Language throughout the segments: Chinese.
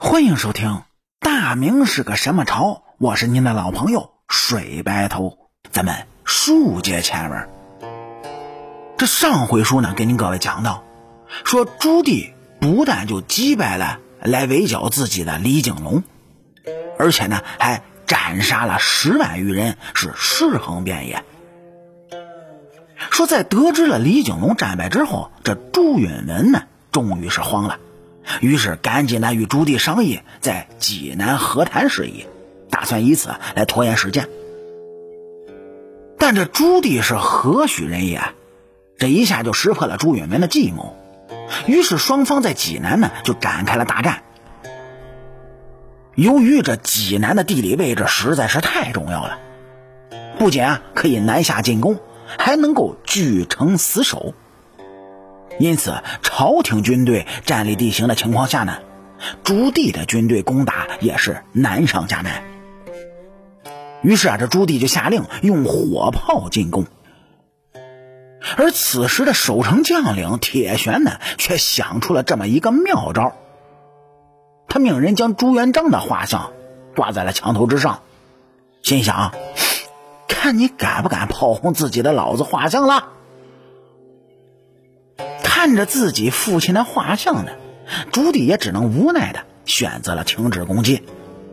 欢迎收听大明是个什么朝，我是您的老朋友水白头。咱们书接前文，这上回书呢给您各位讲到，说朱棣不但就击败了来围剿自己的李景龙，而且呢还斩杀了10万余人，是尸横遍野。说在得知了李景龙战败之后，这朱允炆呢终于是慌了，于是赶紧与朱棣商议在济南和谈事宜，打算以此来拖延时间。但这朱棣是何许人也，这一下就识破了朱允炆的计谋，于是双方在济南呢就展开了大战。由于这济南的地理位置实在是太重要了，不仅可以南下进攻，还能够据城死守，因此朝廷军队战力地形的情况下呢，朱棣的军队攻打也是难上加难。于是这朱棣就下令用火炮进攻。而此时的守城将领铁旋呢却想出了这么一个妙招，他命人将朱元璋的画像挂在了墙头之上，心想看你敢不敢炮轰自己的老子画像了。看着自己父亲的画像呢，朱棣也只能无奈的选择了停止攻击。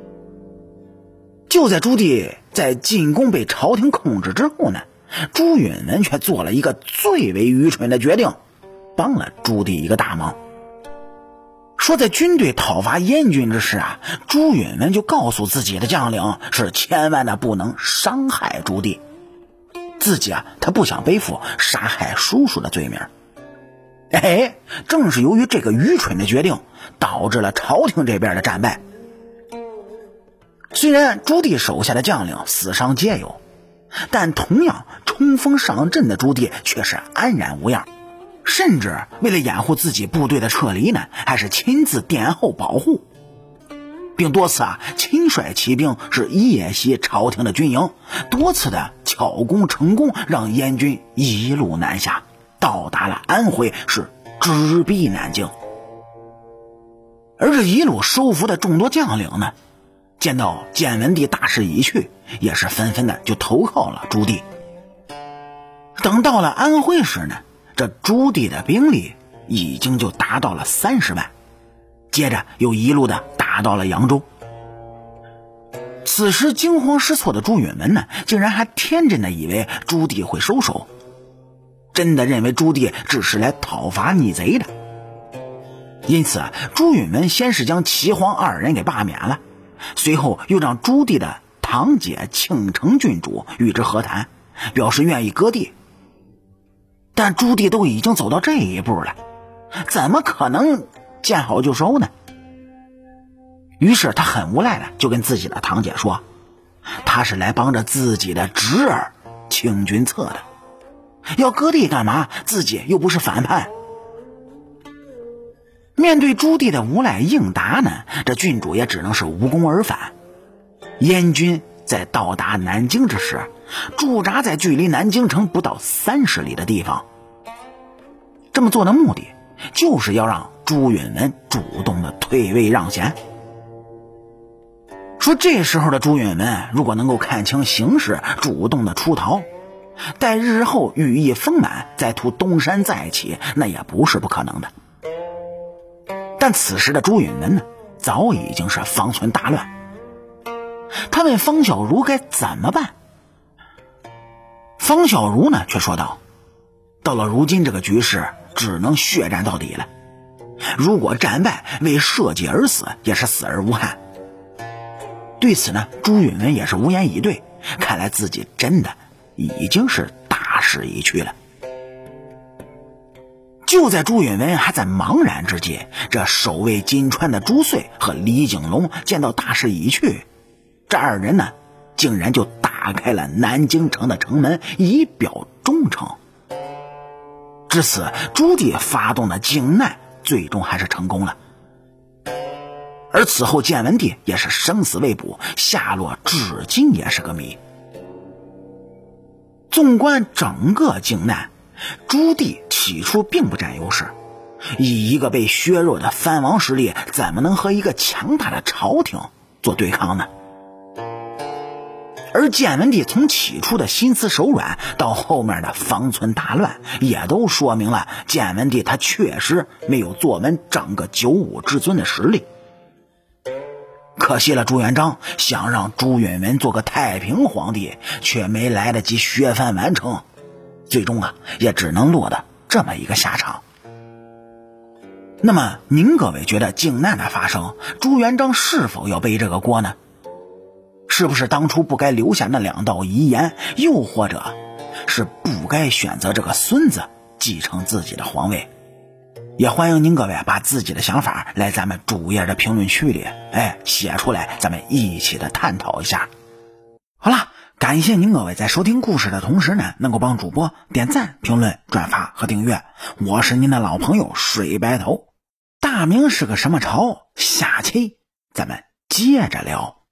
就在朱棣在进攻被朝廷控制之后呢，朱允炆却做了一个最为愚蠢的决定，帮了朱棣一个大忙。说在军队讨伐燕军之时朱允炆就告诉自己的将领是千万的不能伤害朱棣，自己他不想背负杀害叔叔的罪名。正是由于这个愚蠢的决定，导致了朝廷这边的战败。虽然朱棣手下的将领死伤皆有，但同样冲锋上阵的朱棣却是安然无恙，甚至为了掩护自己部队的撤离呢，还是亲自殿后保护，并多次亲率骑兵是夜袭朝廷的军营，多次的巧攻成功，让燕军一路南下，到达了安徽，是直逼南京。而这一路收服的众多将领呢，见到建文帝大势已去，也是纷纷的就投靠了朱棣。等到了安徽时呢，这朱棣的兵力已经就达到了30万，接着又一路的打到了扬州。此时惊慌失措的朱允炆呢，竟然还天真的以为朱棣会收手，真的认为朱棣只是来讨伐逆贼的。因此朱允炆先是将齐黄2人给罢免了，随后又让朱棣的堂姐庆城郡主与之和谈，表示愿意割地。但朱棣都已经走到这一步了，怎么可能见好就收呢？于是他很无奈的就跟自己的堂姐说，他是来帮着自己的侄儿清君侧的，要割地干嘛？自己又不是反叛。面对朱棣的无赖应答呢，这郡主也只能是无功而返。燕军在到达南京之时，驻扎在距离南京城不到30里的地方。这么做的目的就是要让朱允炆主动的退位让贤。说这时候的朱允炆如果能够看清形势，主动的出逃，待日后羽翼丰满，再图东山再起，那也不是不可能的。但此时的朱允炆呢，早已经是方寸大乱。他问方小如该怎么办，方小如呢却说道，到了如今这个局势，只能血战到底了。如果战败，为社稷而死，也是死而无憾。对此呢，朱允炆也是无言以对，看来自己真的已经是大势已去了。就在朱允炆还在茫然之际，这守卫金川的朱遂和李景龙见到大势已去，这2人呢竟然就打开了南京城的城门，以表忠诚。至此朱棣发动的靖难最终还是成功了。而此后建文帝也是生死未卜，下落至今也是个谜。纵观整个靖难，朱棣起初并不占优势， 以一个被削弱的藩王实力，怎么能和一个强大的朝廷做对抗呢？而建文帝从起初的心慈手软到后面的方寸大乱，也都说明了建文帝他确实没有坐稳整个九五之尊的实力。可惜了朱元璋想让朱允炆做个太平皇帝，却没来得及削藩完成，最终也只能落得这么一个下场。那么您各位觉得靖难的发生，朱元璋是否要背这个锅呢？是不是当初不该留下那2道遗言，又或者是不该选择这个孙子继承自己的皇位？也欢迎您各位把自己的想法来咱们主页的评论区里写出来，咱们一起的探讨一下。好了，感谢您各位在收听故事的同时呢，能够帮主播点赞、评论、转发和订阅。我是您的老朋友水白头。大明是个什么朝？下期咱们接着聊。